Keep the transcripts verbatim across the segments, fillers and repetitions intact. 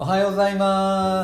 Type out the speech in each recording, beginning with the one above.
おはようございます。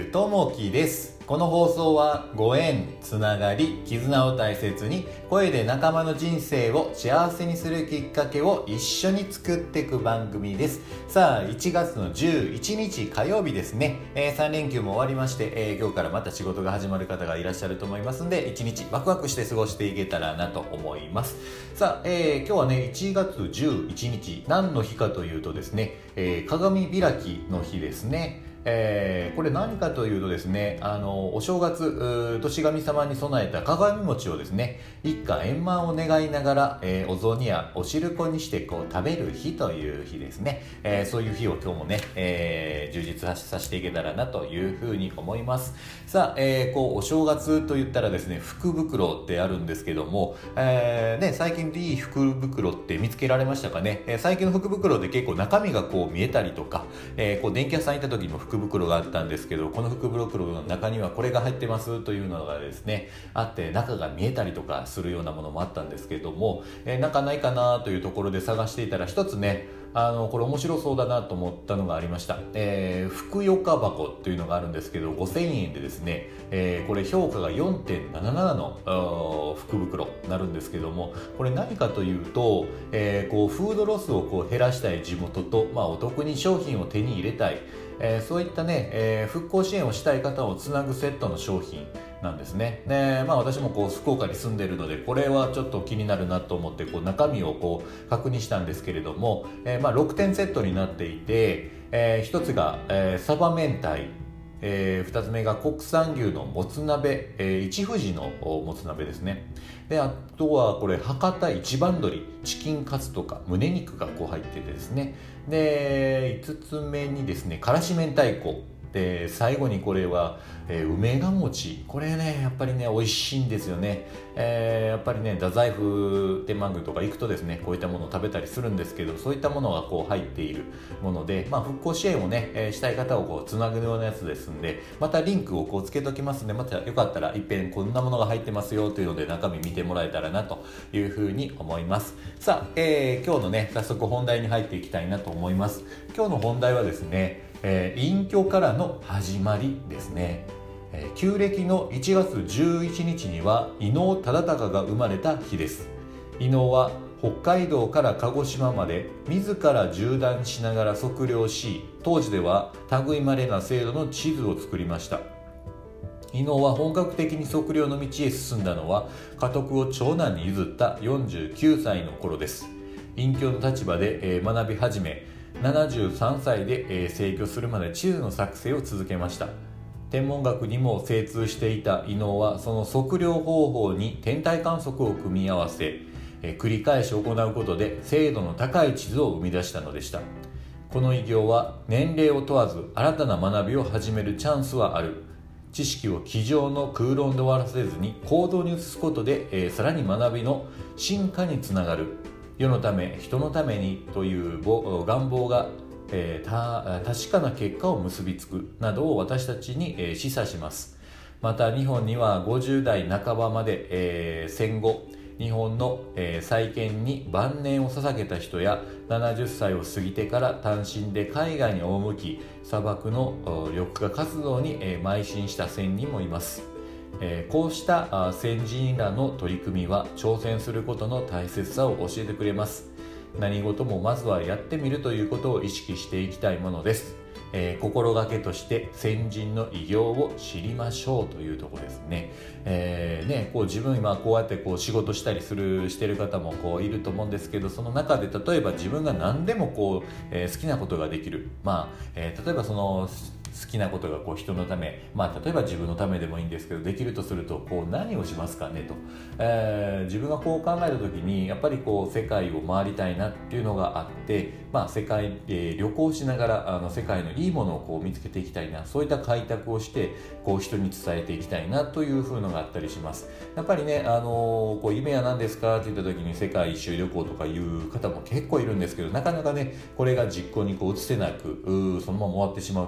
ともきです。この放送はご縁、つながり、絆を大切に声で仲間の人生を幸せにするきっかけを一緒に作っていく番組です。さあいちがつのじゅういちにち火曜日ですね、えー、さんれんきゅうも終わりまして、えー、今日からまた仕事が始まる方がいらっしゃると思いますので、いちにちワクワクして過ごしていけたらなと思います。さあ、えー、今日はねいちがつじゅういちにち何の日かというとですね、えー、鏡開きの日ですね。えー、これ何かというとですね、あのお正月年神様に備えた鏡餅をですね、一家円満を願いながら、えー、お雑煮やお汁粉にしてこう食べる日という日ですね、えー、そういう日を今日もね、えー、充実させていけたらなというふうに思います。さあ、えー、こうお正月といったらですね、福袋ってあるんですけども、えーね、最近いい福袋って見つけられましたかね。えー、最近の福袋で結構中身がこう見えたりとか、えー、こう電気屋さん行った時にも福袋があったんですけど、この福袋の中にはこれが入ってますというのがですねあって、中が見えたりとかするようなものもあったんですけども、えー、なんかないかなというところで探していたら、一つね、あのこれ面白そうだなと思ったのがありました。えー、福よか箱というのがあるんですけど、ごせんえんでですね、えー、これ評価が よんてんなななな の福袋になるんですけども、これ何かというと、えー、こうフードロスをこう減らしたい地元と、まあ、お得に商品を手に入れたい、えー、そういったね、えー、復興支援をしたい方をつなぐセットの商品なんですね。で、まあ、私もこう福岡に住んでいるので、これはちょっと気になるなと思ってこう中身をこう確認したんですけれども、えーまあ、ろくてんセットになっていて、えー、ひとつが、えー、サバ明太、えー、ふたつめが国産牛のもつ鍋、えー、一富士のもつ鍋ですね。で、あとはこれ博多一番鶏チキンカツとか胸肉がこう入っててですね。で、いつつめにですね、からし明太子で、最後にこれは、えー、梅が餅。これねやっぱりね美味しいんですよね。えー、やっぱりね太宰府天満宮とか行くとですね、こういったものを食べたりするんですけど、そういったものがこう入っているもので、まあ、復興支援をね、えー、したい方をこうつなぐようなやつですんで、またリンクをこうつけときますんで、またよかったらいっぺんこんなものが入ってますよというので中身見てもらえたらなというふうに思います。さあ、えー、今日のね早速本題に入っていきたいなと思います。今日の本題はですね、えー、隠居からの始まりですね。えー、旧暦のいちがつじゅういちにちには伊能忠敬が生まれた日です。伊能は北海道から鹿児島まで自ら縦断しながら測量し、当時では類いまれな精度の地図を作りました。伊能は本格的に測量の道へ進んだのは家督を長男に譲ったよんじゅうきゅうさいの頃です。隠居の立場で、えー、学び始め、ななじゅうさんさいで、えー、逝去するまで地図の作成を続けました。天文学にも精通していた伊能は、その測量方法に天体観測を組み合わせ、えー、繰り返し行うことで精度の高い地図を生み出したのでした。この偉業は年齢を問わず新たな学びを始めるチャンスはある。知識を机上の空論で終わらせずに行動に移すことで、えー、さらに学びの進化につながる。世のため人のためにという願望が、えー、確かな結果を結びつくなどを私たちに、えー、示唆します。また日本にはごじゅうだいなかばまで、えー、戦後日本の、えー、再建に晩年を捧げた人や、ななじゅっさいを過ぎてから単身で海外に赴き砂漠の緑化活動に、えー、邁進した先人もいます。えー、こうした先人らの取り組みは挑戦することの大切さを教えてくれます。何事もまずはやってみるということを意識していきたいものです。えー、心がけとして先人の偉業を知りましょうというところですね。えー、ねこう自分今こうやってこう仕事したりするしてる方もこういると思うんですけど、その中で例えば自分が何でもこう、えー、好きなことができる、まあ、えー、例えばその好きなことがこう人のため、まあ、例えば自分のためでもいいんですけど、できるとするとこう何をしますかねと、えー、自分がこう考えた時にやっぱりこう世界を回りたいなっていうのがあって、まあ、世界、えー、旅行しながらあの世界のいいものをこう見つけていきたいな、そういった開拓をしてこう人に伝えていきたいなという風のがあったりします。やっぱりね、あのー、こう夢は何ですかって言った時に世界一周旅行とかいう方も結構いるんですけど、なかなかねこれが実行にこう移せなく、そのまま終わってしまうケースって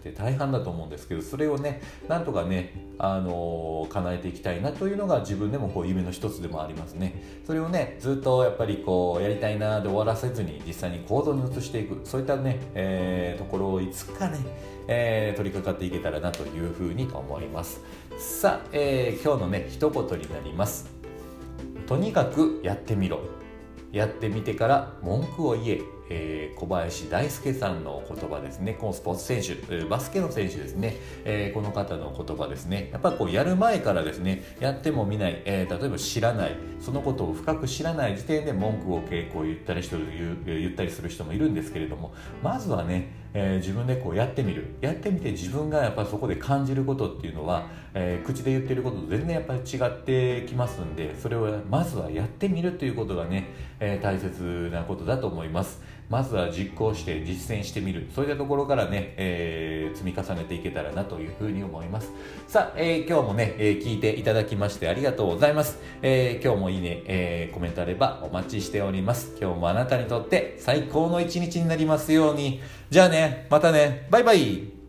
って大半だと思うんですけど、それをねなんとかね、あのー、叶えていきたいなというのが自分でもこう夢の一つでもありますね。それをねずっとやっぱりこうやりたいなで終わらせずに実際に行動に移していく、そういったね、えー、ところをいつかね、えー、取り掛かっていけたらなというふうに思います。さあ、えー、今日のね一言になります。とにかくやってみろ、やってみてから文句を言え。えー、小林大輔さんの言葉ですね。このスポーツ選手、バスケの選手ですね、えー、この方の言葉ですね。やっぱりこうやる前からですね、やっても見ない、えー、例えば知らない、そのことを深く知らない時点で文句を傾向言ったり人言う言ったりする人もいるんですけれども、まずはね、えー、自分でこうやってみる、やってみて自分がやっぱりそこで感じることっていうのは、えー、口で言ってることと全然やっぱり違ってきますんで、それをまずはやってみるということがね、えー、大切なことだと思います。まずは実行して実践してみる、そういったところからね、えー、積み重ねていけたらなというふうに思います。さあ、えー、今日もね、えー、聞いていただきましてありがとうございます。えー、今日もいいね、えー、コメントあればお待ちしております。今日もあなたにとって最高の一日になりますように。じゃあね、またね、バイバイ。